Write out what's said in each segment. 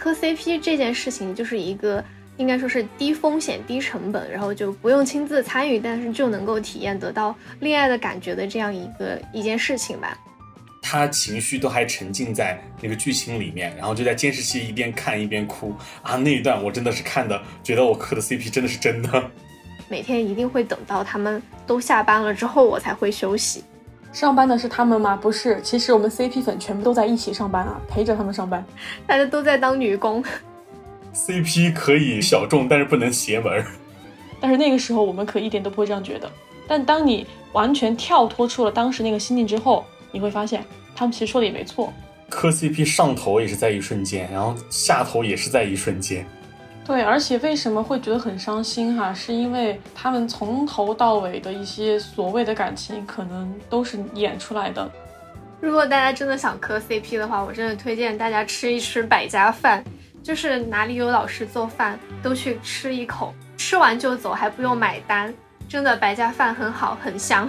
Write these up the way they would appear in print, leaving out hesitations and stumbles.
磕 CP 这件事情就是一个应该说是低风险低成本，然后就不用亲自参与，但是就能够体验得到恋爱的感觉的这样一件事情吧。 他情绪都还沉浸在那个剧情里面，然后就在监视器一边看一边哭啊，那一段我真的是看的觉得我磕的 CP 真的是真的。 每天一定会等到他们都下班了之后我才会休息。 上班的是他们吗？不是，其实我们 CP 粉全部都在一起上班啊，陪着他们上班， 大家都在当女工。 CP 可以小众，但是不能邪门。 但是那个时候我们可一点都不会这样觉得。但当你完全跳脱出了当时那个心境之后，你会发现他们其实说的也没错。 磕 CP 上头也是在一瞬间，然后下头也是在一瞬间。 对，而且为什么会觉得很伤心哈？是因为他们从头到尾的一些所谓的感情可能都是演出来的。 如果大家真的想磕 CP 的话，我真的推荐大家吃一吃百家饭，就是哪里有老师做饭都去吃一口，吃完就走，还不用买单，真的百家饭很好，很香。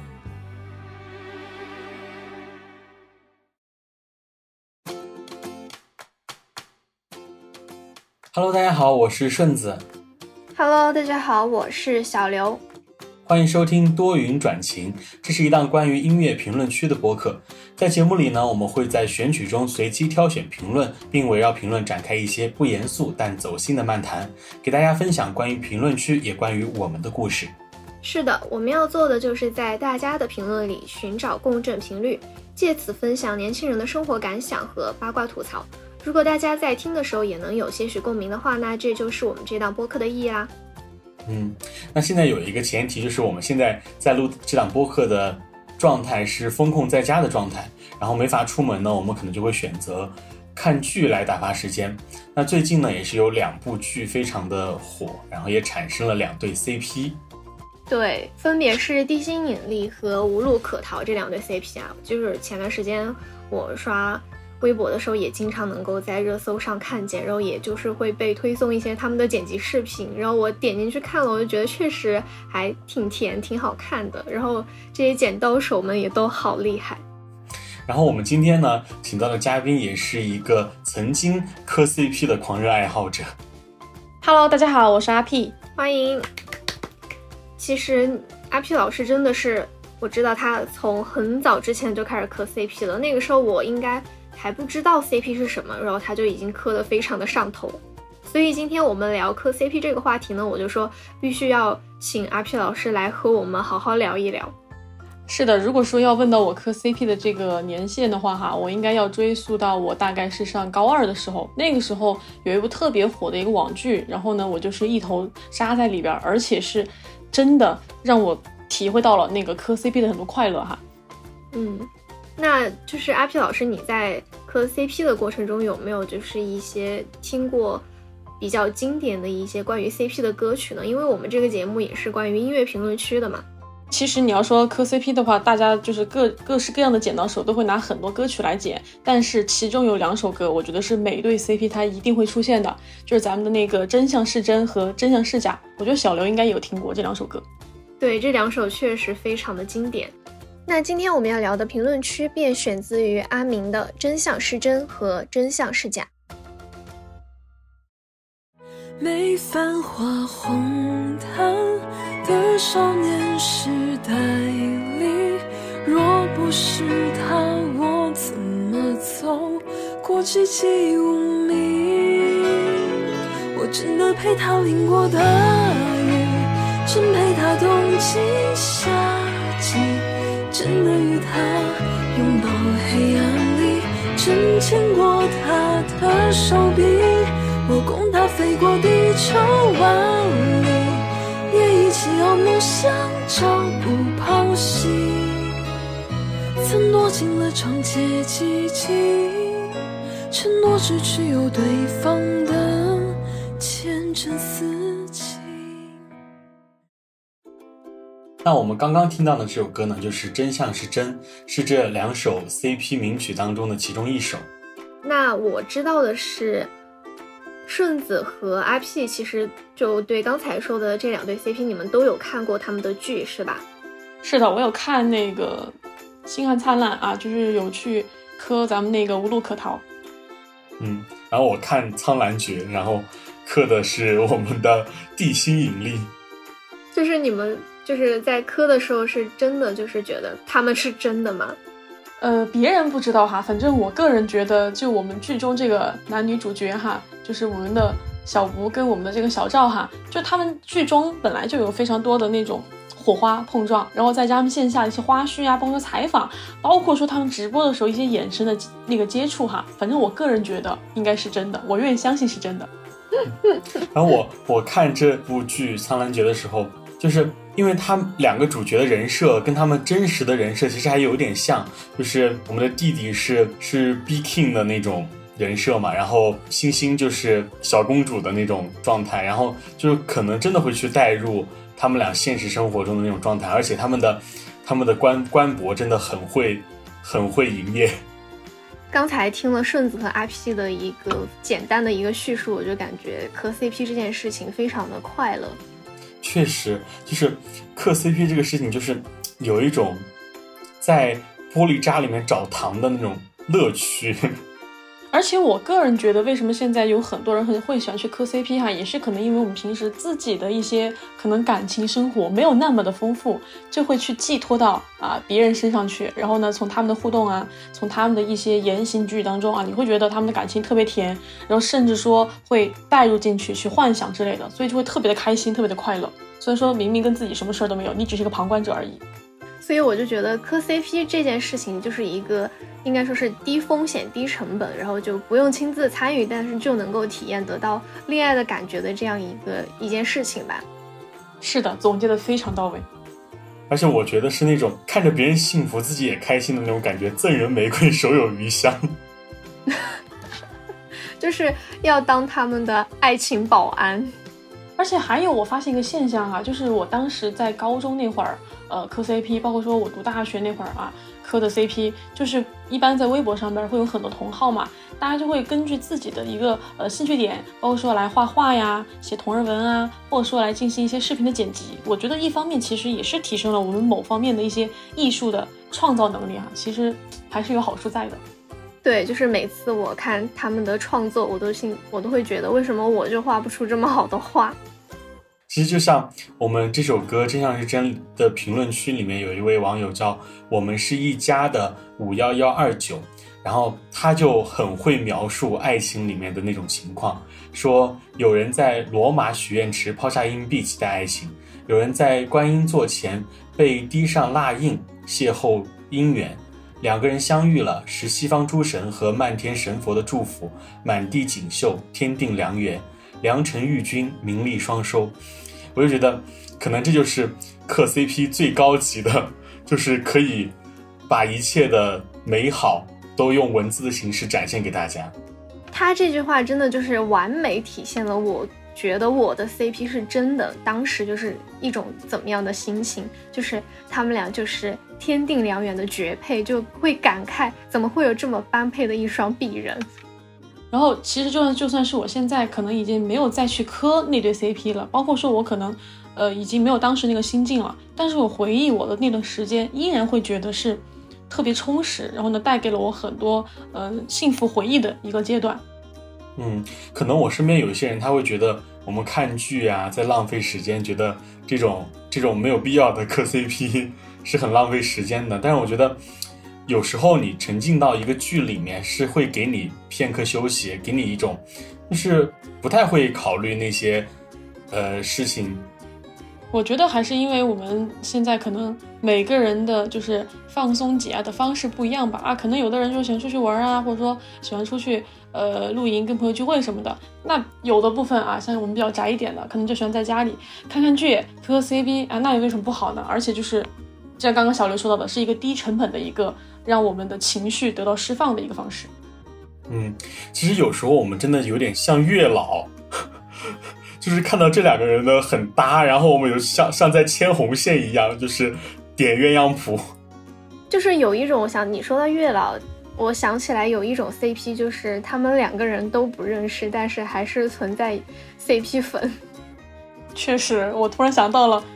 Hello， 大家好，我是顺子。 Hello， 大家好，我是小刘。 欢迎收听多云转晴，这是一档关于音乐评论区的播客。在节目里呢，我们会在选曲中随机挑选评论，并围绕评论展开一些不严肃但走心的漫谈，给大家分享关于评论区也关于我们的故事。 是的，我们要做的就是在大家的评论里寻找共振频率，借此分享年轻人的生活感想和八卦吐槽。如果大家在听的时候也能有些许共鸣的话，那这就是我们这档播客的意义啦。 那现在有一个前提，就是我们现在在录这档播客的状态是封控在家的状态，然后没法出门呢，我们可能就会选择看剧来打发时间。那最近呢，也是有2部剧非常的火，然后也产生了2对 CP。 对，分别是地心引力和无路可逃这2对 CP 啊，就是前段时间我刷微博的时候也经常能够在热搜上看见，然后也就是会被推送一些他们的剪辑视频，然后我点进去看了，我就觉得确实还挺甜挺好看的，然后这些剪刀手们也都好厉害。 然后我们今天呢请到的嘉宾也是一个曾经磕 CP 的狂热爱好者。 Hello， 大家好，我是阿 P， 欢迎。其实阿 P 老师真的是，我知道他从很早之前就开始磕 CP 了，那个时候我应该还不知道 CP 是什么，然后他就已经磕得非常的上头。所以今天我们聊磕 CP 这个话题呢，我就说必须要请阿 P 老师来和我们好好聊一聊。 是的，如果说要问到我磕 CP 的这个年限的话哈，我应该要追溯到我大概是上高2的时候。那个时候有一部特别火的一个网剧，然后呢我就是一头扎在里边，而且是真的让我体会到了那个磕 CP 的很多快乐哈。 那就是阿 P 老师，你在磕 CP 的过程中有没有就是一些听过比较经典的一些关于 CP 的歌曲呢？因为我们这个节目也是关于音乐评论区的嘛。 其实你要说磕 CP 的话，大家就是各式各样的剪刀手都会拿很多歌曲来剪，但是其中有2首歌我觉得是每对 CP 它一定会出现的，就是咱们的那个真相是真和真相是假，我觉得小刘应该有听过这2首歌。 对，这2首确实非常的经典。那今天我们要聊的评论区便选自于阿明的真相是真和真相是假。 没繁华红毯的少年时代里，若不是他，我怎么走过籍籍无名？我真的陪他淋过的雨，真陪他冬季夏季，真的与他拥抱黑暗里，真牵过他的手臂，我供他飞过地球万里，也一起เอา梦想朝不抛弃，曾躲进了长街寂静，承诺只持有对方的前尘似锦。 那我们刚刚听到的这首歌呢，就是真相是真，是这2首 CP 名曲当中的其中1首。 那我知道的是顺子和阿 P 其实就对刚才说的这2对 CP 你们都有看过他们的剧是吧？ 是的，我有看那个星汉灿烂啊，就是有去磕咱们那个无路可逃。 然后我看《苍兰诀》，然后磕的是我们的地心引力。 就是你们就是在磕的时候是真的就是觉得他们是真的吗？ 别人不知道哈，反正我个人觉得，就我们剧中这个男女主角哈，就是我们的小吴跟我们的这个小赵哈，就他们剧中本来就有非常多的那种火花碰撞，然后再加上线下的一些花絮啊，包括采访，包括说他们直播的时候一些眼神的那个接触哈，反正我个人觉得应该是真的，我愿意相信是真的。 然后我看这部剧《苍兰诀》的时候，就是因为他们两个主角的人设跟他们真实的人设其实还有点像，就是我们的弟弟是 B King 的那种人设嘛，然后星星就是小公主的那种状态，然后就是可能真的会去带入他们俩现实生活中的那种状态，而且他们的官博真的很会营业。 刚才听了顺子和阿 P 的一个简单的一个叙述，我就感觉磕 CP 这件事情非常的快乐。 确实，就是磕 CP 这个事情，就是有一种在玻璃渣里面找糖的那种乐趣。 而且我个人觉得，为什么现在有很多人会喜欢去磕 CP 哈，也是可能因为我们平时自己的一些可能感情生活没有那么的丰富，就会去寄托到别人身上去，然后呢，从他们的互动啊，从他们的一些言行举止当中啊，你会觉得他们的感情特别甜，然后甚至说会带入进去去幻想之类的，所以就会特别的开心，特别的快乐。虽然说明明跟自己什么事儿都没有，你只是个旁观者而已。 所以我就觉得磕 CP 这件事情就是一个应该说是低风险低成本，然后就不用亲自参与，但是就能够体验得到恋爱的感觉的这样一件事情吧。 是的，总结得非常到位。 而且我觉得是那种看着别人幸福自己也开心的那种感觉，赠人玫瑰手有余香。 就是要当他们的爱情保安。 而且还有我发现一个现象啊，就是我当时在高中那会儿磕 CP， 包括说我读大学那会儿磕的 CP， 就是一般在微博上边会有很多同好嘛，大家就会根据自己的一个兴趣点，包括说来画画呀，写同人文啊，或者说来进行一些视频的剪辑。我觉得一方面其实也是提升了我们某方面的一些艺术的创造能力其实还是有好处在的。 对，就是每次我看他们的创作，我都会觉得为什么我就画不出这么好的画。 其实就像我们这首歌《真相是真》的评论区里面有一位网友叫我们是一家的51129，然后他就很会描述爱情里面的那种情况，说有人在罗马许愿池抛下硬币期待爱情，有人在观音座前被滴上蜡印邂逅姻缘，两个人相遇了，是西方诸神和漫天神佛的祝福，满地锦绣，天定良缘，良辰玉君，名利双收。我就觉得可能这就是磕 CP 最高级的，就是可以把一切的美好都用文字的形式展现给大家。 他这句话真的就是完美体现了我觉得我的 CP 是真的当时就是一种怎么样的心情，就是他们俩就是天定良缘的绝配，就会感慨怎么会有这么般配的一双璧人。 然后其实就算是我现在可能已经没有再去磕那对 CP 了，包括说我可能已经没有当时那个心境了，但是我回忆我的那段时间依然会觉得是特别充实，然后呢带给了我很多幸福回忆的一个阶段。 可能我身边有一些人他会觉得我们看剧在浪费时间，觉得这种没有必要的磕 CP 是很浪费时间的，但是我觉得有时候你沉浸到一个剧里面是会给你片刻休息，给你一种就是不太会考虑那些事情。 我觉得还是因为我们现在可能每个人的就是放松解压的方式不一样吧可能有的人就喜欢出去玩或者说喜欢出去露营跟朋友聚会什么的，那有的部分像我们比较宅一点的可能就喜欢在家里看看剧磕 CP 那也为什么不好呢？而且就是像刚刚小刘说到的，是一个低成本的一个让我们的情绪得到释放的一个方式。 其实有时候我们真的有点像月老，就是看到这两个人的很搭，然后我们有像在牵红线一样，就是点鸳鸯谱。 就是有一种，你说到月老，我想起来有一种 CP， 就是他们两个人都不认识，但是还是存在 CP 粉。 确实，我突然想到了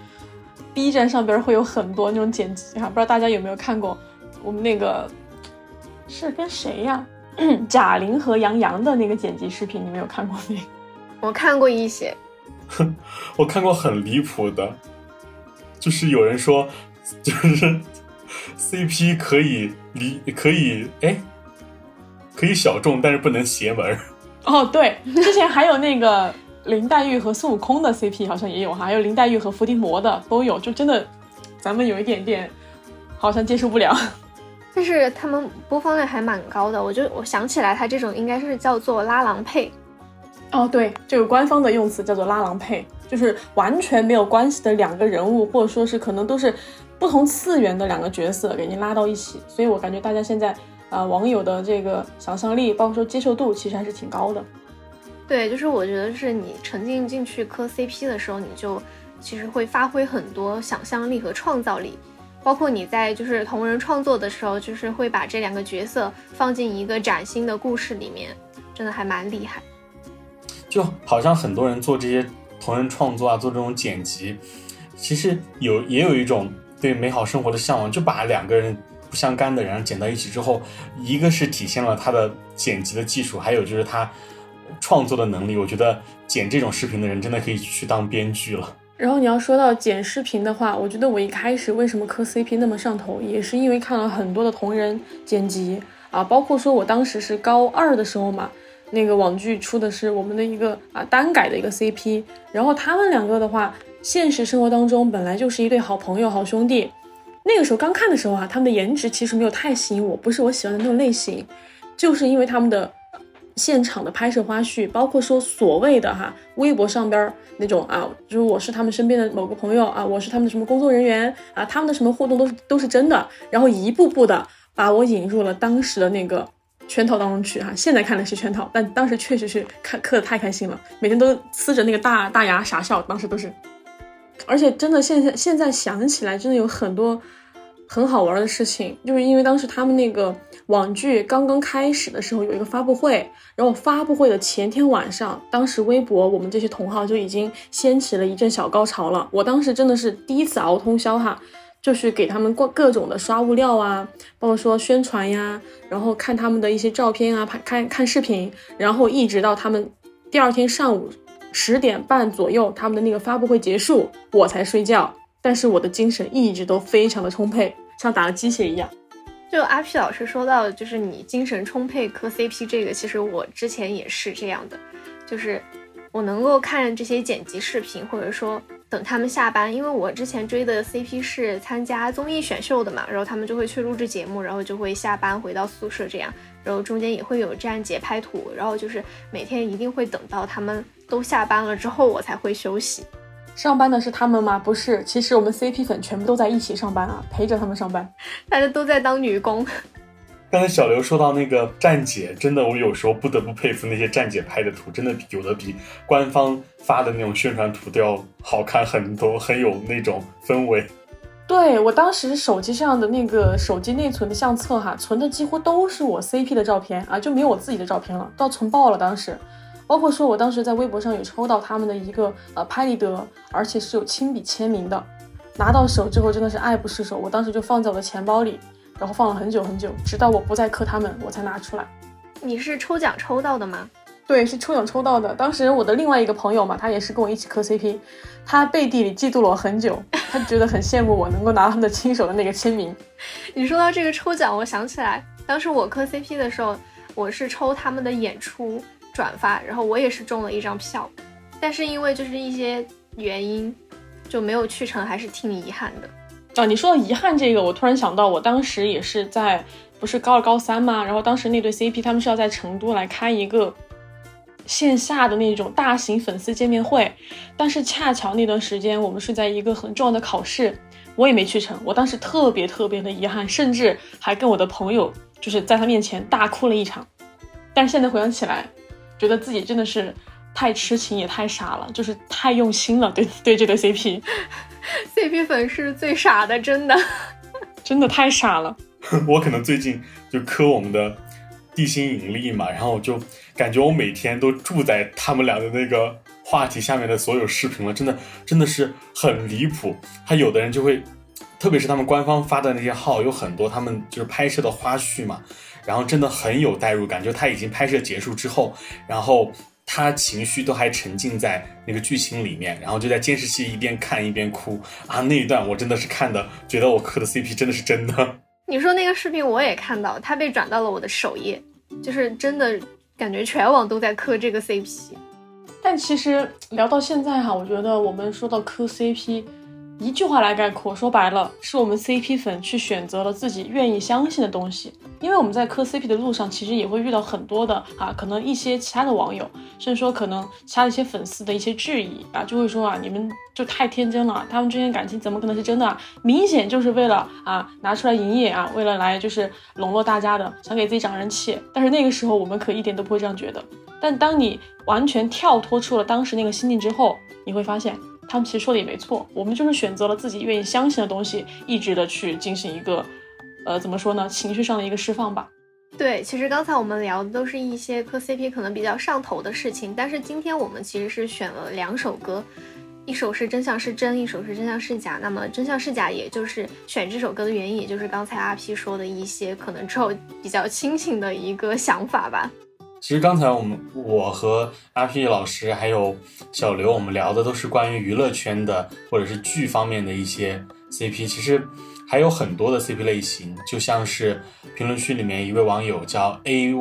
B 站上边会有很多那种剪辑不知道大家有没有看过，我们那个是跟谁呀？ 贾玲和杨洋的那个剪辑视频，你们有看过没？ 我看过一些。 我看过很离谱的，就是有人说，就是 CP 可以小众，但是不能邪门。 哦，对，之前还有那个林黛玉和孙悟空的 CP 好像也有哈，还有林黛玉和伏地魔的都有，就真的咱们有一点点好像接受不了。 但是他们播放量还蛮高的，我想起来，它这种应该是叫做拉郎配。 哦，对，这个官方的用词叫做拉郎配，就是完全没有关系的两个人物，或者说是可能都是不同次元的两个角色给你拉到一起，所以我感觉大家现在网友的这个想象力，包括说接受度，其实还是挺高的。 对，就是我觉得是你沉浸进去磕 CP 的时候，你就其实会发挥很多想象力和创造力，包括你在就是同人创作的时候，就是会把这两个角色放进一个崭新的故事里面，真的还蛮厉害。 就好像很多人做这些同人创作啊，做这种剪辑，其实也有一种对美好生活的向往，就把两个人不相干的人剪到一起之后，一个是体现了他的剪辑的技术，还有就是他创作的能力。我觉得剪这种视频的人真的可以去当编剧了。 然后你要说到剪视频的话，我觉得我一开始为什么磕 CP 那么上头，也是因为看了很多的同人剪辑啊，包括说我当时是高2的时候嘛，那个网剧出的是我们的一个单改的一个 CP， 然后他们两个的话，现实生活当中本来就是一对好朋友好兄弟，那个时候刚看的时候他们的颜值其实没有太吸引我，不是我喜欢的那种类型，就是因为他们的现场的拍摄花絮，包括说所谓的微博上边那种就是我是他们身边的某个朋友我是他们的什么工作人员他们的什么互动都是真的，然后一步步的把我引入了当时的那个圈套当中去现在看的是圈套，但当时确实是磕得太开心了，每天都呲着那个大牙傻笑，当时都是。而且真的现在想起来，真的有很多很好玩的事情，就是因为当时他们那个网剧刚刚开始的时候有一个发布会，然后发布会的前天晚上，当时微博我们这些同好就已经掀起了一阵小高潮了。我当时真的是第一次熬通宵就是给他们各种的刷物料包括说宣传呀，然后看他们的一些照片看视频，然后一直到他们第二天上午10点半左右，他们的那个发布会结束，我才睡觉。但是我的精神一直都非常的充沛，像打了鸡血一样。 就阿 P 老师说到就是你精神充沛磕 CP 这个，其实我之前也是这样的，就是我能够看这些剪辑视频，或者说等他们下班，因为我之前追的 CP 是参加综艺选秀的嘛，然后他们就会去录制节目，然后就会下班回到宿舍这样，然后中间也会有站节拍图，然后就是每天一定会等到他们都下班了之后我才会休息。 上班的是他们吗？不是，其实我们 CP 粉全部都在一起上班陪着他们上班， 大家都在当女工。 刚才小刘说到那个站姐，真的我有时候不得不佩服那些站姐拍的图，真的有的比官方发的那种宣传图都要好看很多，很有那种氛围。 对，我当时手机上的那个手机内存的相册存的几乎都是我 CP 的照片就没有我自己的照片了，都要存爆了当时。包括说我当时在微博上有抽到他们的一个拍立得，而且是有亲笔签名的，拿到手之后真的是爱不释手，我当时就放在我的钱包里，然后放了很久很久，直到我不再磕他们我才拿出来。 你是抽奖抽到的吗？ 对，是抽奖抽到的。当时我的另外一个朋友嘛，他也是跟我一起磕 CP， 他背地里嫉妒了我很久，他觉得很羡慕我能够拿他们的亲手的那个签名。 你说到这个抽奖，我想起来当时我磕 CP 的时候，我是抽他们的演出转发，然后我也是中了一张票，但是因为就是一些原因就没有去成，还是挺遗憾的。 你说到遗憾这个，我突然想到我当时也是不是高2高3吗？然后当时那对 CP 他们是要在成都来开一个线下的那种大型粉丝见面会，但是恰巧那段时间我们是在一个很重要的考试，我也没去成，我当时特别的遗憾，甚至还跟我的朋友就是在他面前大哭了一场。但是现在回想起来，觉得自己真的是太痴情也太傻了，就是太用心了，对这对 CP 粉是最傻的，真的真的太傻了。 我可能最近就磕我们的地心引力嘛，然后就感觉我每天都住在他们俩的那个话题下面的所有视频了，真的是很离谱。还有的人就会，特别是他们官方发的那些号，有很多他们就是拍摄的花絮嘛， 然后真的很有代入感，就他已经拍摄结束之后，然后他情绪都还沉浸在那个剧情里面，然后就在监视器一边看一边哭啊，那一段我真的是看的觉得我磕的 CP 真的是真的。 你说那个视频我也看到，它被转到了我的首页，就是真的感觉全网都在磕这个 CP。 但其实聊到现在哈，我觉得我们说到磕 CP，一句话来概括，说白了是我们 CP 粉去选择了自己愿意相信的东西。因为我们在磕 CP 的路上其实也会遇到很多的可能一些其他的网友，甚至说可能其他的一些粉丝的一些质疑就会说你们就太天真了，他们之间感情怎么可能是真的明显就是为了拿出来营业为了来就是笼络大家的，想给自己长人气。但是那个时候我们可一点都不会这样觉得。但当你完全跳脱出了当时那个心境之后，你会发现他们其实说的也没错，我们就是选择了自己愿意相信的东西，一直的去进行一个怎么说呢，情绪上的一个释放吧。 对，其实刚才我们聊的都是一些磕 CP 可能比较上头的事情，但是今天我们其实是选了2首歌，一首是真相是真，一首是真相是假。那么真相是假也就是选这首歌的原因，也就是刚才阿 P 说的一些可能之后比较清醒的一个想法吧。 其实刚才我和阿 P 老师还有小刘我们聊的都是关于娱乐圈的或者是剧方面的一些 CP， 其实还有很多的 CP 类型，就像是评论区里面一位网友叫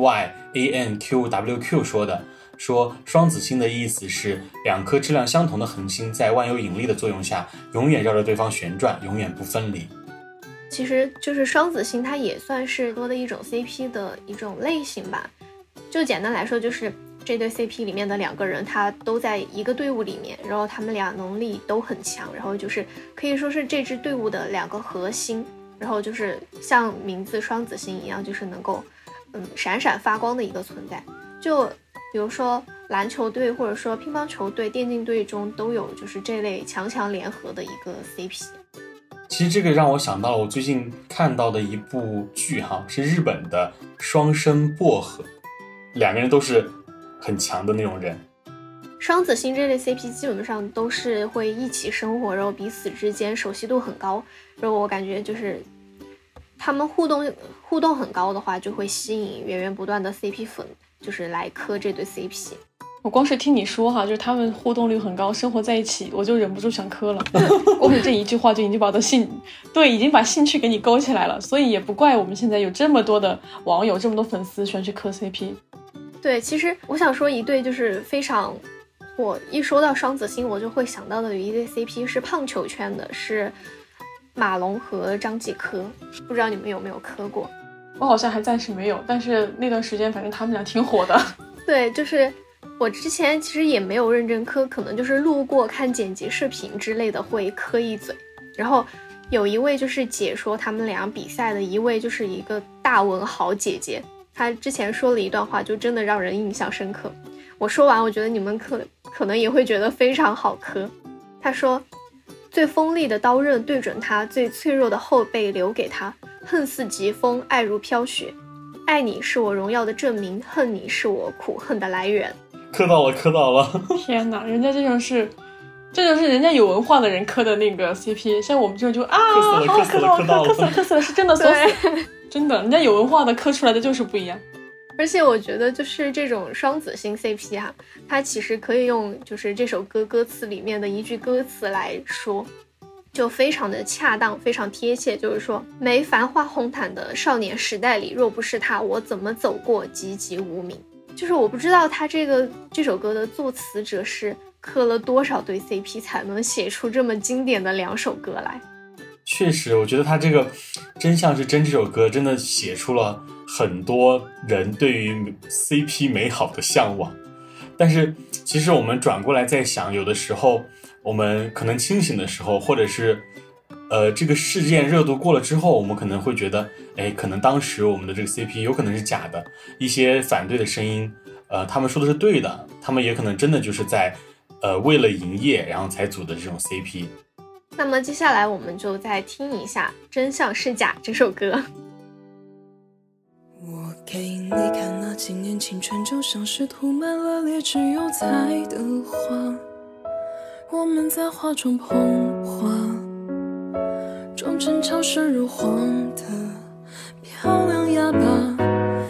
AYANQWQ 说双子星的意思是2颗质量相同的恒星在万有引力的作用下永远绕着对方旋转，永远不分离。 其实就是双子星它也算是多的一种 CP 的一种类型吧。就简单来说，就是这对 CP 里面的2个人他都在一个队伍里面，然后他们俩能力都很强，然后就是可以说是这支队伍的2个核心，然后就是像名字双子星一样，就是能够闪闪发光的一个存在。就比如说篮球队或者说乒乓球队、电竞队中都有就是这类强强联合的一个 CP。 其实这个让我想到了我最近看到的一部剧是日本的双生薄荷，2个人都是很强的那种人。 双子星这类 CP 基本上都是会一起生活，然后彼此之间熟悉度很高，然后我感觉就是他们互动很高的话，就会吸引源源不断的 CP 粉，就是来磕这对 CP。 我光是听你说就是他们互动率很高，生活在一起，我就忍不住想磕了。光是这一句话就已经把我的已经把兴趣给你勾起来了，所以也不怪我们现在有这么多的网友，这么多粉丝喜欢去磕 CP。 对，其实我想说一对就是非常，我一说到双子星我就会想到的有一对 CP 是胖球圈的，是马龙和张继科，不知道你们有没有磕过？ 我好像还暂时没有，但是那段时间反正他们俩挺火的。 对，就是我之前其实也没有认真磕，可能就是路过看剪辑视频之类的会磕一嘴。然后有一位就是解说他们俩比赛的一位就是一个大文豪姐姐，她之前说了一段话，就真的让人印象深刻。我说完，我觉得你们可能也会觉得非常好磕。她说：“最锋利的刀刃对准他，最脆弱的后背留给他。恨似疾风，爱如飘雪。爱你是我荣耀的证明，恨你是我苦恨的来源。” 磕到了！ 天哪，人家这种是人家有文化的人磕的那个 CP， 像我们这种就磕死了，是真的锁死，真的，人家有文化的磕出来的就是不一样。 而且我觉得就是这种双子星 CP 它其实可以用就是这首歌歌词里面的一句歌词来说，就非常的恰当，非常贴切，就是说没繁花红毯的少年时代里，若不是他，我怎么走过籍籍无名。就是我不知道他这首歌的作词者是磕了多少对 CP 才能写出这么经典的2首歌来。 确实，我觉得他这个真相是真这首歌真的写出了很多人对于 CP 美好的向往。但是其实我们转过来再想，有的时候我们可能清醒的时候，或者是这个事件热度过了之后，我们可能会觉得可能当时我们的这个 CP 有可能是假的，一些反对的声音他们说的是对的，他们也可能真的就是在为了营业然后才组的这种 CP。 那么接下来我们就再听一下《真相是假》这首歌。 我给你看那几年青春就像是涂满了劣质油彩的画，我们在画中碰花，装成潮湿如黄的漂亮哑巴，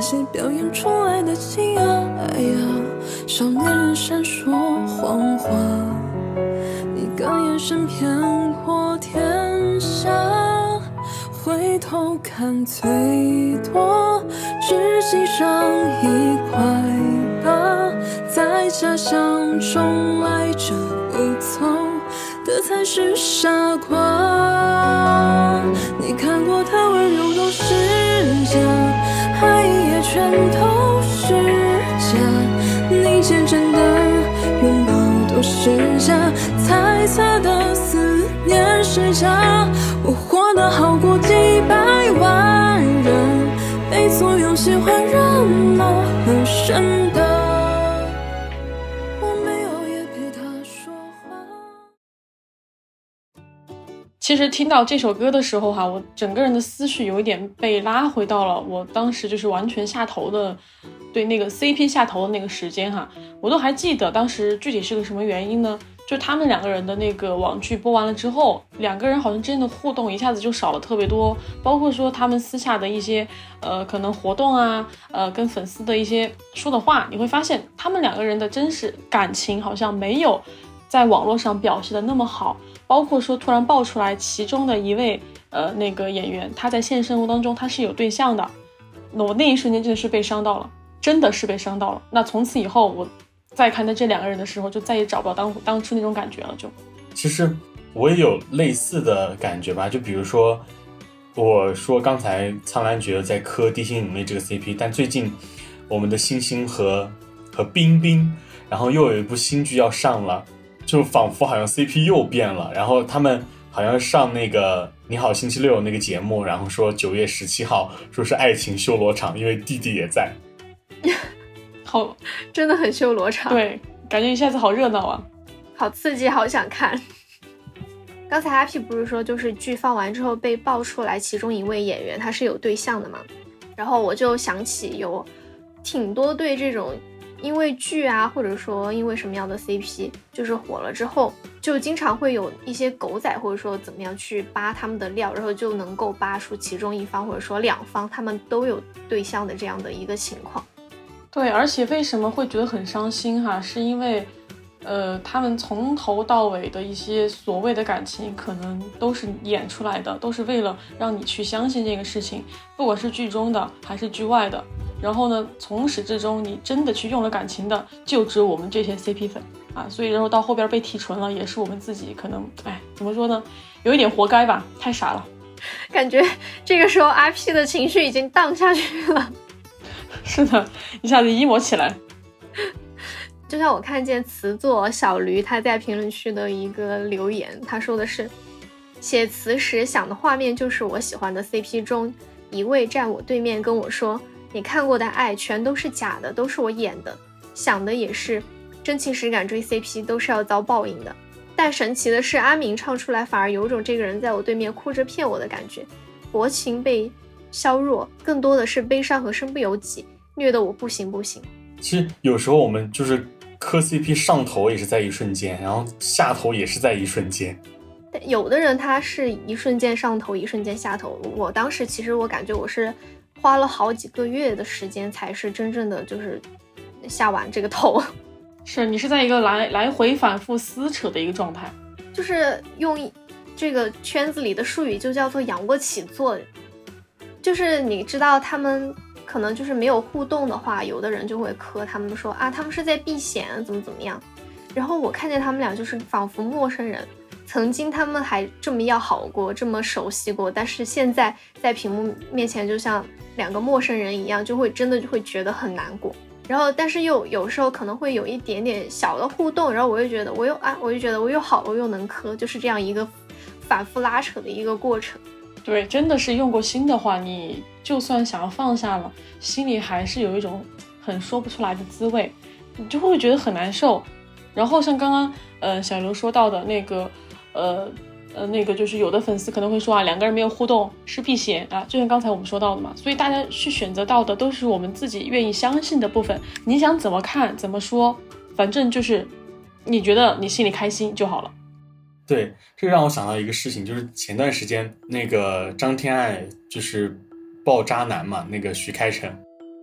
戏表演出来的情啊，哎呀，少年人闪烁黄花，一个眼神骗过天下，回头看最多只系上一块疤，在假象中赖着不走的才是傻瓜。你看过的温柔都是假，爱也全都是假，你见证的拥抱都是假，猜测的思念是假，我活得好过几百万人，被簇拥喜欢热闹和深的，我没有也陪他说话。 其实听到这首歌的时候哈，我整个人的思绪有一点被拉回到了我当时就是完全下头的，对那个 CP 下头的那个时间哈，我都还记得当时具体是个什么原因呢？就他们两个人的那个网剧播完了之后，两个人好像真的互动一下子就少了特别多，包括说他们私下的一些可能活动啊，跟粉丝的一些说的话，你会发现他们两个人的真实感情好像没有在网络上表现的那么好，包括说突然爆出来其中的一位那个演员他在现实生活当中他是有对象的，我那一瞬间真的是被伤到了，真的是被伤到了。那从此以后我再看到这两个人的时候，就再也找不到当初那种感觉了。就其实我也有类似的感觉吧，就比如说我说刚才苍兰诀在磕地心引力这个 CP， 但最近我们的星星和冰冰，然后又有一部新剧要上了，就仿佛好像 CP 又变了，然后他们好像上那个你好星期六那个节目，然后说9月17号说是爱情修罗场，因为弟弟也在。 好， 真的很修罗场， 对，感觉一下子好热闹啊， 好刺激，好想看。刚才阿 P 不是说就是剧放完之后被爆出来其中一位演员他是有对象的嘛，然后我就想起有挺多对这种因为剧啊或者说因为什么样的 CP 就是火了之后，就经常会有一些狗仔或者说怎么样去扒他们的料，然后就能够扒出其中一方或者说两方他们都有对象的这样的一个情况。 对，而且为什么会觉得很伤心哈，是因为他们从头到尾的一些所谓的感情可能都是演出来的，都是为了让你去相信这个事情，不管是剧中的还是剧外的，然后呢从始至终你真的去用了感情的就只有我们这些 CP 粉啊，所以然后到后边被提纯了也是我们自己可能怎么说呢，有一点活该吧，太傻了。 感觉这个时候阿 P 的情绪已经荡下去了。 是的，一下子 emo 起来。 就像我看见词作小驴他在评论区的一个留言，他说的是写词时想的画面就是我喜欢的 CP 中一位站我对面跟我说你看过的爱全都是假的，都是我演的，想的也是真情实感追 CP 都是要遭报应的，但神奇的是阿明唱出来反而有种这个人在我对面哭着骗我的感觉，薄情被削弱，更多的是悲伤和身不由己，虐得我不行不行。 其实有时候我们就是磕 CP 上头也是在一瞬间，然后下头也是在一瞬间。 有的人他是一瞬间上头一瞬间下头，我当时其实我感觉我是花了好几个月的时间才是真正的就是下完这个头。 是你是在一个来回反复撕扯的一个状态， 就是用这个圈子里的术语就叫做仰卧起坐，就是你知道他们可能就是没有互动的话，有的人就会磕他们说啊他们是在避嫌怎么样，然后我看见他们俩就是仿佛陌生人，曾经他们还这么要好过，这么熟悉过，但是现在在屏幕面前就像两个陌生人一样，就会真的就会觉得很难过，然后但是又有时候可能会有一点点小的互动，然后我就觉得我又好我又能磕，就是这样一个反复拉扯的一个过程。 对，真的是用过心的话，你就算想要放下了，心里还是有一种很说不出来的滋味，你就会觉得很难受。然后像刚刚小刘说到的那个那个就是有的粉丝可能会说啊，两个人没有互动是避嫌啊，就像刚才我们说到的嘛，所以大家去选择到的都是我们自己愿意相信的部分，你想怎么看怎么说，反正就是你觉得你心里开心就好了。 对，这让我想到一个事情，就是前段时间那个张天爱就是爆渣男嘛，那个徐开骋，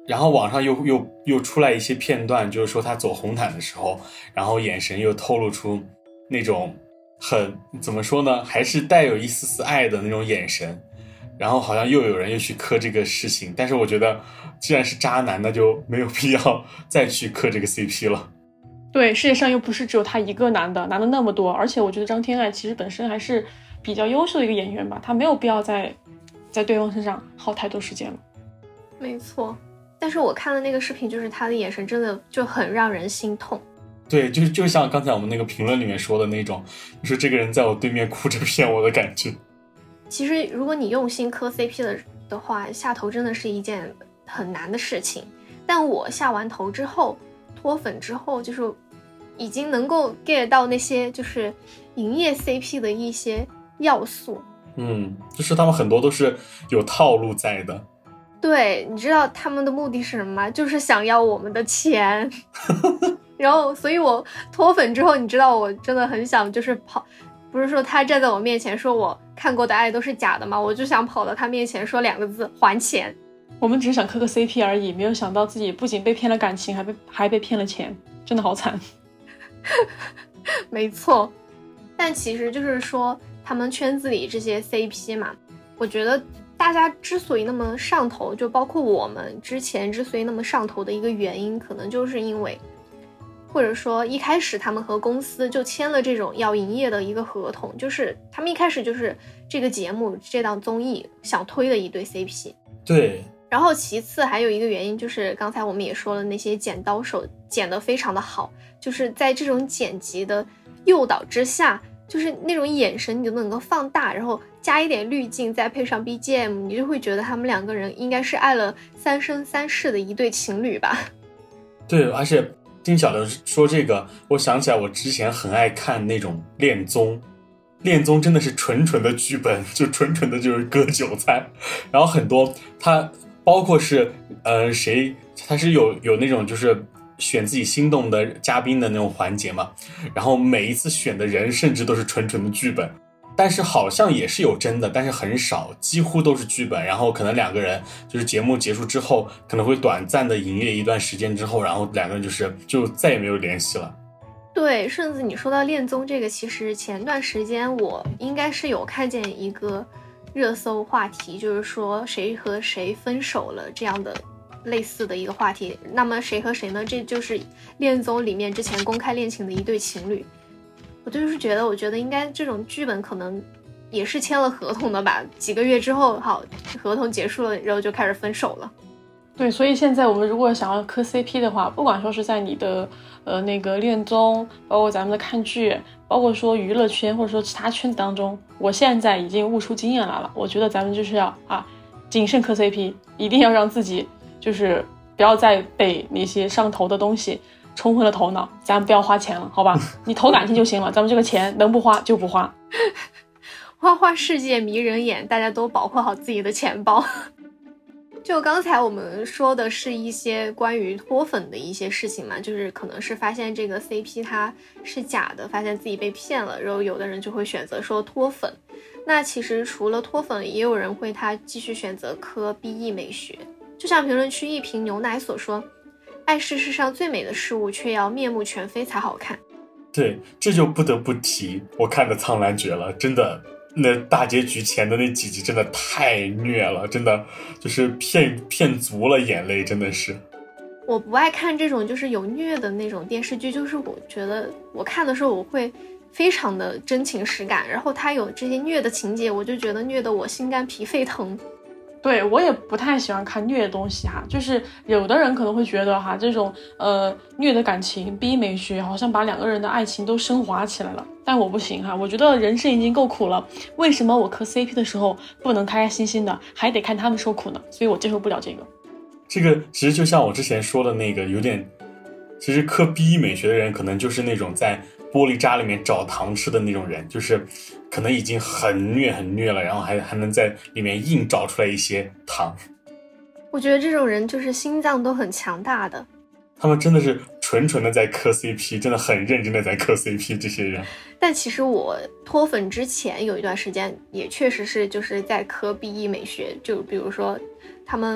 然后网上又出来一些片段，就是说他走红毯的时候，然后眼神又透露出那种很怎么说呢，还是带有一丝丝爱的那种眼神，然后好像又有人又去磕这个事情，但是我觉得既然是渣男，那就没有必要再去磕这个 CP 了。 对，世界上又不是只有他一个男的那么多，而且我觉得张天爱其实本身还是比较优秀的一个演员吧，他没有必要在对方身上耗太多时间了。 没错，但是我看的那个视频，就是他的眼神真的就很让人心痛。 对，就像刚才我们那个评论里面说的那种，就是这个人在我对面哭着骗我的感觉。 其实如果你用心磕 CP 的话，下头真的是一件很难的事情。但我下完头之后，脱粉之后，就是已经能够 get 到那些就是营业 CP 的一些要素。 就是他们很多都是有套路在的。 对，你知道他们的目的是什么吗？就是想要我们的钱。然后所以我脱粉之后，你知道我真的很想就是跑，不是说他站在我面前说我看过的爱都是假的吗？我就想跑到他面前说2个字，还钱。 我们只是想磕个 CP 而已，没有想到自己不仅被骗了感情，还被骗了钱，真的好惨。 没错，但其实就是说他们圈子里这些 CP 嘛，我觉得大家之所以那么上头，就包括我们之前之所以那么上头的一个原因，可能就是因为，或者说一开始他们和公司就签了这种要营业的一个合同，就是他们一开始就是这个节目这档综艺想推的一对 CP。 对， 然后其次还有一个原因，就是刚才我们也说了，那些剪刀手剪得非常的好，就是在这种剪辑的诱导之下，就是那种眼神你就能够放大，然后加一点滤镜，再配上 BGM， 你就会觉得他们2个人应该是爱了3生3世的一对情侣吧。 对，而且听小刘说这个，我想起来我之前很爱看那种恋综真的是纯的剧本，就纯的就是割韭菜，然后很多他包括是谁，他是有那种就是选自己心动的嘉宾的那种环节嘛，然后每一次选的人甚至都是纯的剧本，但是好像也是有真的，但是很少，几乎都是剧本，然后可能2个人就是节目结束之后可能会短暂的营业一段时间之后，然后2个人就再也没有联系了。 对，顺子你说到恋综这个，其实前段时间我应该是有看见一个热搜话题，就是说谁和谁分手了这样的类似的一个话题。那么谁和谁呢？这就是恋综里面之前公开恋情的一对情侣。我就是觉得，我觉得应该这种剧本可能也是签了合同的吧，几个月之后，好，合同结束了，然后就开始分手了。 对，所以现在我们如果想要磕 CP 的话，不管说是在你的那个恋综，包括咱们的看剧，包括说娱乐圈或者说其他圈子当中，我现在已经悟出经验来了。我觉得咱们就是要谨慎磕 CP， 一定要让自己就是不要再被那些上头的东西冲昏了头脑，咱们不要花钱了，好吧？你投感情就行了，咱们这个钱能不花就不花。 花花世界迷人眼，大家都保护好自己的钱包。就刚才我们说的是一些关于脱粉的一些事情嘛，就是可能是发现这个 CP 它是假的，发现自己被骗了，然后有的人就会选择说脱粉。那其实除了脱粉，也有人会他继续选择磕 BE 美学，就像评论区一瓶牛奶所说，爱是世上最美的事物，却要面目全非才好看。 对，这就不得不提我看的苍兰诀了，真的那大结局前的那几集真的太虐了，真的就是骗足了眼泪，真的是。 我不爱看这种就是有虐的那种电视剧，就是我觉得我看的时候我会非常的真情实感，然后它有这些虐的情节，我就觉得虐得我心肝脾肺疼。 对，我也不太喜欢看虐的东西哈，就是有的人可能会觉得哈，这种虐的感情BE美学好像把2个人的爱情都升华起来了，但我不行哈，我觉得人生已经够苦了，为什么我磕 CP 的时候不能开开心心的，还得看他们受苦呢？所以我接受不了这个。 这个其实就像我之前说的那个，有点，其实磕 BE 美学的人可能就是那种在玻璃渣里面找糖吃的那种人，就是可能已经很虐了，然后还能在里面硬找出来一些糖。 我觉得这种人就是心脏都很强大的， 他们真的是纯的在磕 CP， 真的很认真的在磕 CP， 这些人。 但其实我脱粉之前有一段时间也确实是就是在磕 BE 美学，就比如说他们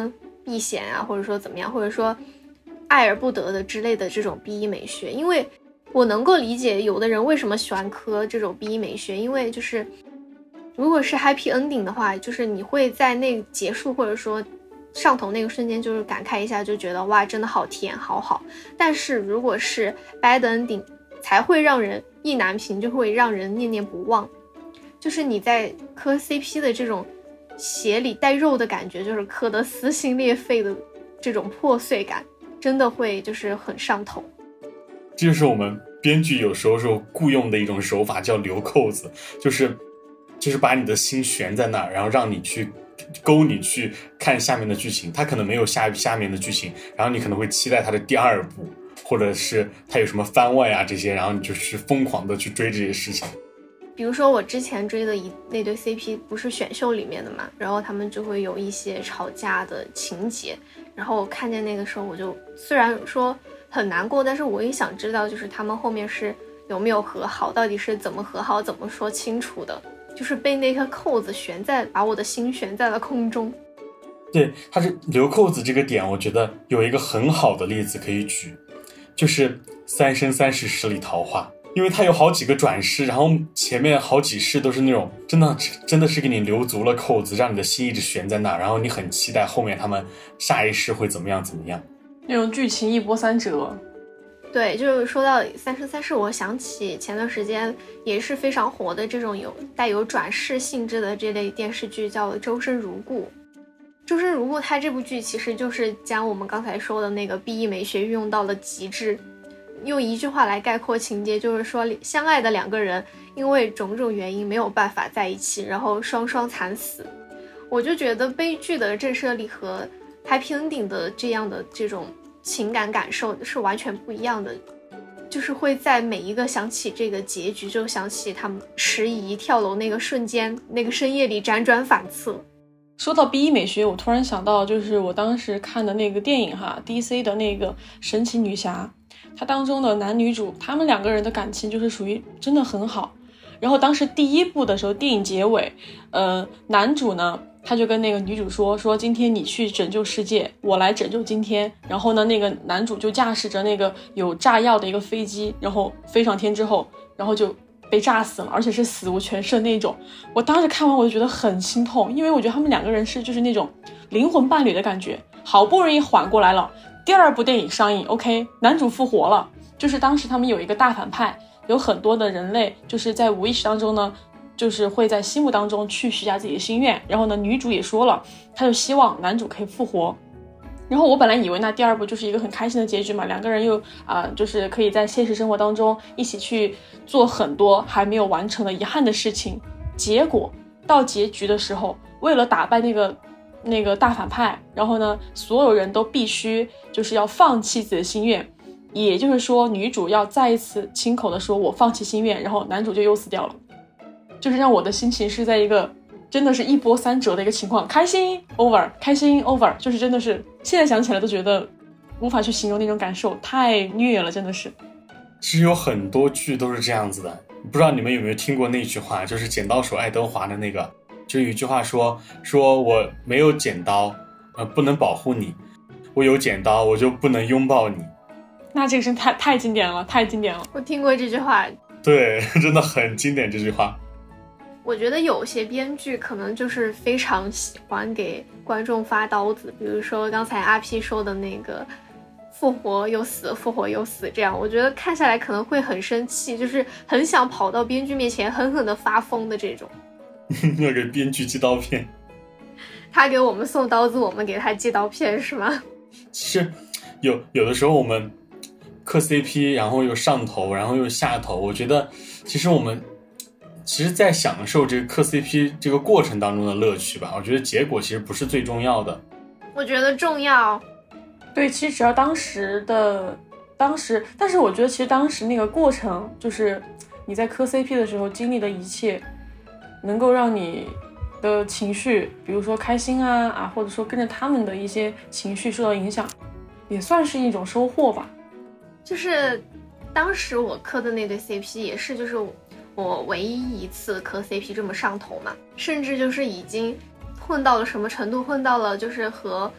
避嫌啊，或者说怎么样，或者说爱而不得的之类的这种 BE 美学。因为我能够理解有的人为什么喜欢磕这种 BE 美学，因为就是如果是 happy ending 的话，就是你会在那结束或者说上头那个瞬间就是感慨一下，就觉得哇真的好甜好好。但是如果是 bad ending 才会让人意难平，就会让人念念不忘。就是你在磕 CP 的这种血里带肉的感觉，就是磕得撕心裂肺的这种破碎感，真的会就是很上头。 这就是我们编剧有时候雇用的一种手法，叫留扣子，就是把你的心悬在那儿，然后让你去勾你去看下面的剧情。他可能没有下面的剧情，然后你可能会期待他的第二部，或者是他有什么番外啊这些，然后你就是疯狂的去追这些事情。 比如说我之前追的那对 CP 不是选秀里面的嘛，然后他们就会有一些吵架的情节，然后我看见那个时候我就虽然说很难过，但是我也想知道就是他们后面是有没有和好，到底是怎么和好，怎么说清楚的，就是被那颗扣子把我的心悬在了空中。 对，他是留扣子这个点，我觉得有一个很好的例子可以举，就是《三生三世十里桃花》。因为它有好几个转世，然后前面好几世都是那种真的是给你留足了扣子，让你的心一直悬在那，然后你很期待后面他们下一世会怎么样， 那种剧情一波三折。 对，就是说到三生三世，我想起前段时间也是非常火的这种带有转世性质的这类电视剧，叫《周生如故》。周生如故它这部剧其实就是将我们刚才说的那个 BE 美学运用到了极致。用一句话来概括情节，就是说相爱的两个人因为种种原因没有办法在一起，然后双双惨死。我就觉得悲剧的震慑力和 happy ending 的这种情感感受是完全不一样的，就是会在每一个想起这个结局就想起他们迟疑跳楼那个瞬间，那个深夜里辗转反侧。 说到 BE 美学，我突然想到就是我当时看的那个电影哈 DC 的那个神奇女侠，它当中的男女主他们两个人的感情就是属于真的很好。然后当时第一部的时候，电影结尾男主呢他就跟那个女主说今天你去拯救世界，我来拯救今天。然后呢那个男主就驾驶着那个有炸药的一个飞机，然后飞上天之后，然后就被炸死了，而且是死无全胜那种。我当时看完我就觉得很心痛，因为我觉得他们两个人是就是那种灵魂伴侣的感觉，好不容易缓过来了。第二部电影上映 OK 男主复活了，就是当时他们有一个大反派，有很多的人类就是在无意识当中呢，就是会在心目当中去许下自己的心愿，然后呢女主也说了，她就希望男主可以复活。然后我本来以为那第二部就是一个很开心的结局嘛，两个人又就是可以在现实生活当中一起去做很多还没有完成的遗憾的事情。结果到结局的时候，为了打败那个大反派，然后呢所有人都必须就是要放弃自己的心愿，也就是说女主要再一次亲口的说我放弃心愿，然后男主就又死掉了。就是让我的心情是在一个真的是一波三折的一个情况，开心 over 开心 over， 就是真的是现在想起来都觉得无法去形容那种感受，太虐了，真的是。 其实有很多剧都是这样子的，不知道你们有没有听过那句话，就是剪刀手爱德华的那个，就有一句话说我没有剪刀不能保护你，我有剪刀我就不能拥抱你。 那这个是太经典了，太经典了。 我听过这句话。 对，真的很经典这句话。 我觉得有些编剧可能就是非常喜欢给观众发刀子，比如说刚才阿 P 说的那个复活又死复活又死，这样我觉得看下来可能会很生气，就是很想跑到编剧面前狠狠的发疯的这种。 要给编剧寄刀片， 他给我们送刀子，我们给他寄刀片是吗？ 其实有的时候我们磕 CP 然后又上头然后又下头，我觉得其实在享受这个磕 CP 这个过程当中的乐趣吧，我觉得结果其实不是最重要的。 我觉得重要。 对，其实只要当时，但是我觉得其实当时那个过程，就是你在磕 CP 的时候经历的一切，能够让你的情绪，比如说开心或者说跟着他们的一些情绪受到影响，也算是一种收获吧。 就是当时我磕的那对 CP 也是就是我唯一一次磕 CP 这么上头嘛，甚至就是已经混到了什么程度，混到了就是和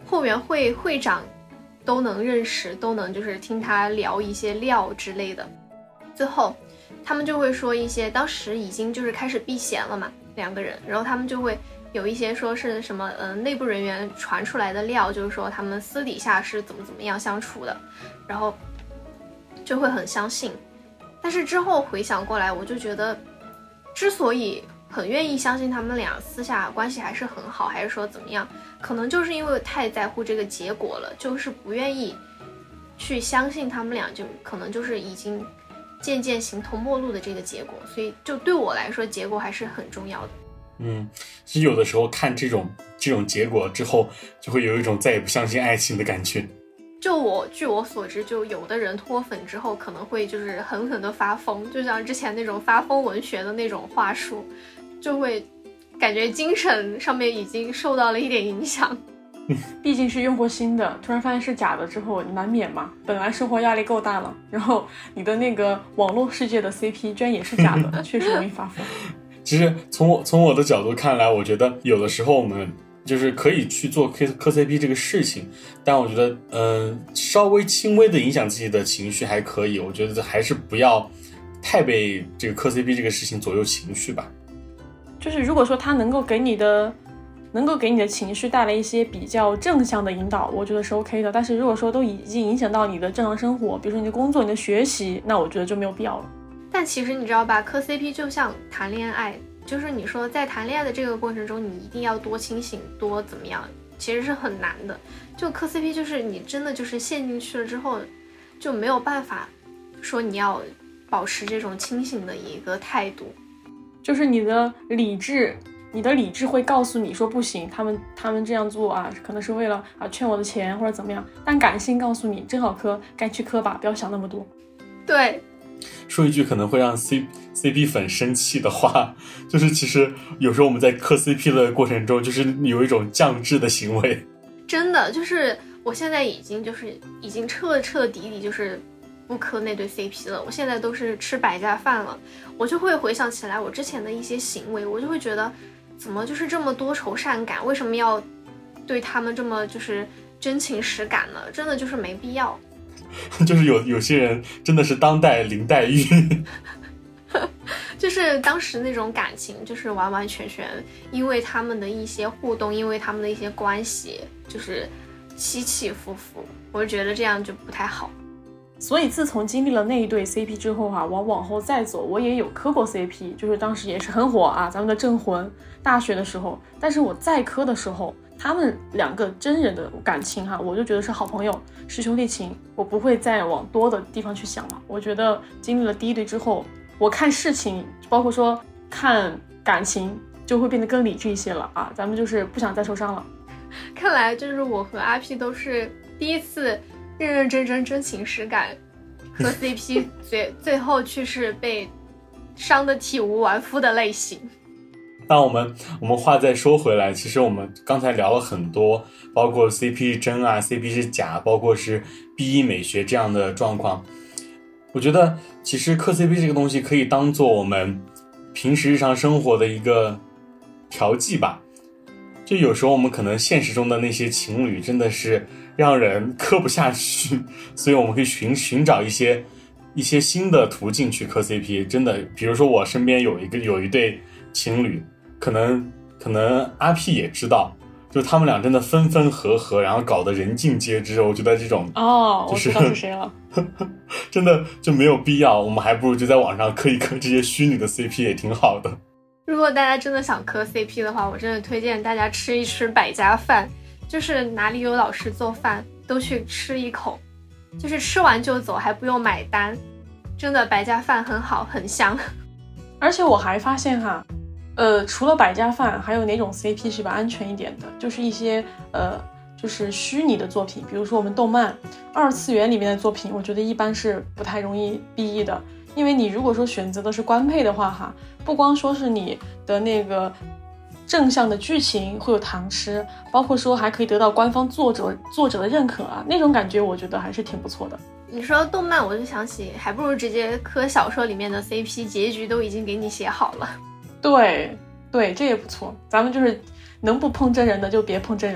后援会会长都能认识，都能就是听他聊一些料之类的。最后他们就会说一些，当时已经就是开始避嫌了嘛，两个人，然后他们就会有一些说是什么内部人员传出来的料，就是说他们私底下是怎么样相处的，然后就会很相信。但是之后回想过来，我就觉得之所以很愿意相信他们俩私下关系还是很好，还是说怎么样，可能就是因为太在乎这个结果了，就是不愿意去相信他们俩就可能就是已经渐渐形同陌路的这个结果，所以就对我来说结果还是很重要的。 其实有的时候看这种结果之后，就会有一种再也不相信爱情的感觉。 据我所知，就有的人脱粉之后可能会就是狠狠的发疯，就像之前那种发疯文学的那种话术，就会感觉精神上面已经受到了一点影响。 毕竟是用过新的，突然发现是假的之后，你难免嘛。本来生活压力够大了，然后你的那个网络世界的 CP 居然也是假的，确实容易发疯。 其实从我的角度看来，我觉得有的时候我们就是可以去做磕 CP 这个事情，但我觉得稍微轻微的影响自己的情绪还可以，我觉得还是不要太被这个磕 CP 这个事情左右情绪吧。 就是如果说它能够给你的情绪带来一些比较正向的引导，我觉得是 OK 的。但是如果说都已经影响到你的正常生活，比如说你的工作、你的学习，那我觉得就没有必要了。 但其实你知道吧，磕 CP 就像谈恋爱，就是你说在谈恋爱的这个过程中，你一定要多清醒，多怎么样，其实是很难的。就磕 CP 就是你真的就是陷进去了之后，就没有办法说你要保持这种清醒的一个态度。 就是你的理智会告诉你说不行，他们这样做啊，可能是为了劝我的钱或者怎么样，但感性告诉你正好磕，该去磕吧，不要想那么多。 对， 说一句可能会让 CP 粉生气的话，就是其实有时候我们在磕 CP 的过程中，就是有一种降智的行为。 真的就是我现在已经彻底就是不磕那对 CP 了，我现在都是吃百家饭了。我就会回想起来我之前的一些行为，我就会觉得怎么就是这么多愁善感，为什么要对他们这么就是真情实感呢？真的就是没必要。 就是有些人真的是当代林黛玉。 就是当时那种感情就是完完全全因为他们的一些互动，因为他们的一些关系就是起起伏伏，我就觉得这样就不太好。 所以自从经历了那一对 CP 之后我往后再走，我也有磕过 CP， 就是当时也是很火啊，咱们的镇魂大学的时候。但是我再磕的时候，他们两个真人的感情我就觉得是好朋友，是兄弟情，我不会再往多的地方去想了。我觉得经历了第一对之后，我看事情包括说看感情就会变得更理智一些了啊，咱们就是不想再受伤了。 看来就是我和阿 P 都是第一次认认真真真情实感和 CP 最后却是被伤得体无完肤的类型。 那我们话再说回来，其实我们刚才聊了很多，包括 CP 是真啊 CP 是假，包括是 BE 美学这样的状况。我觉得其实磕 CP 这个东西可以当做我们平时日常生活的一个调剂吧。就有时候我们可能现实中的那些情侣真的是让人磕不下去，所以我们可以寻找一些新的途径去磕 CP。真的，比如说我身边有一对情侣，可能阿 P 也知道，就他们俩真的分分合合，然后搞得人尽皆知。我觉得这种我知道是谁了。 真的就没有必要，我们还不如就在网上磕一磕这些虚拟的 CP 也挺好的。 如果大家真的想磕 CP 的话，我真的推荐大家吃一吃百家饭，就是哪里有老师做饭都去吃一口，就是吃完就走，还不用买单。真的百家饭很好，很香。 而且我还发现除了百家饭，还有哪种 CP 是比较安全一点的，就是一些就是虚拟的作品，比如说我们动漫二次元里面的作品，我觉得一般是不太容易 BE 的。因为你如果说选择的是官配的话不光说是你的那个正向的剧情会有糖吃，包括说还可以得到官方作者的认可那种感觉我觉得还是挺不错的。 你说动漫我就想起还不如直接磕小说里面的 CP， 结局都已经给你写好了。 对，这也不错。咱们就是能不碰真人的就别碰真人了。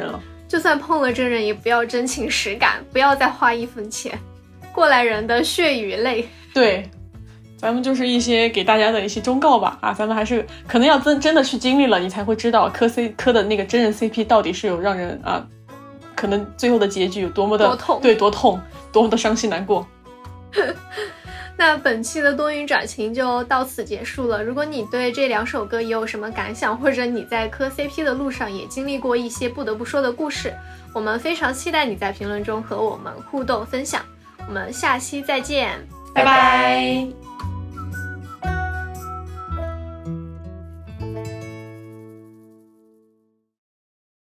就算碰了真人，也不要真情实感，不要再花1分钱。过来人的血与泪。 对，咱们就是一些给大家的一些忠告吧。咱们还是可能要真的去经历了，你才会知道磕的那个真人 CP 到底是有让人可能最后的结局有多么的多痛， 对，多痛，多么的伤心难过。 那本期的多云转晴就到此结束了。如果你对这2首歌也有什么感想，或者你在磕 CP 的路上也经历过一些不得不说的故事，我们非常期待你在评论中和我们互动分享。我们下期再见，拜拜。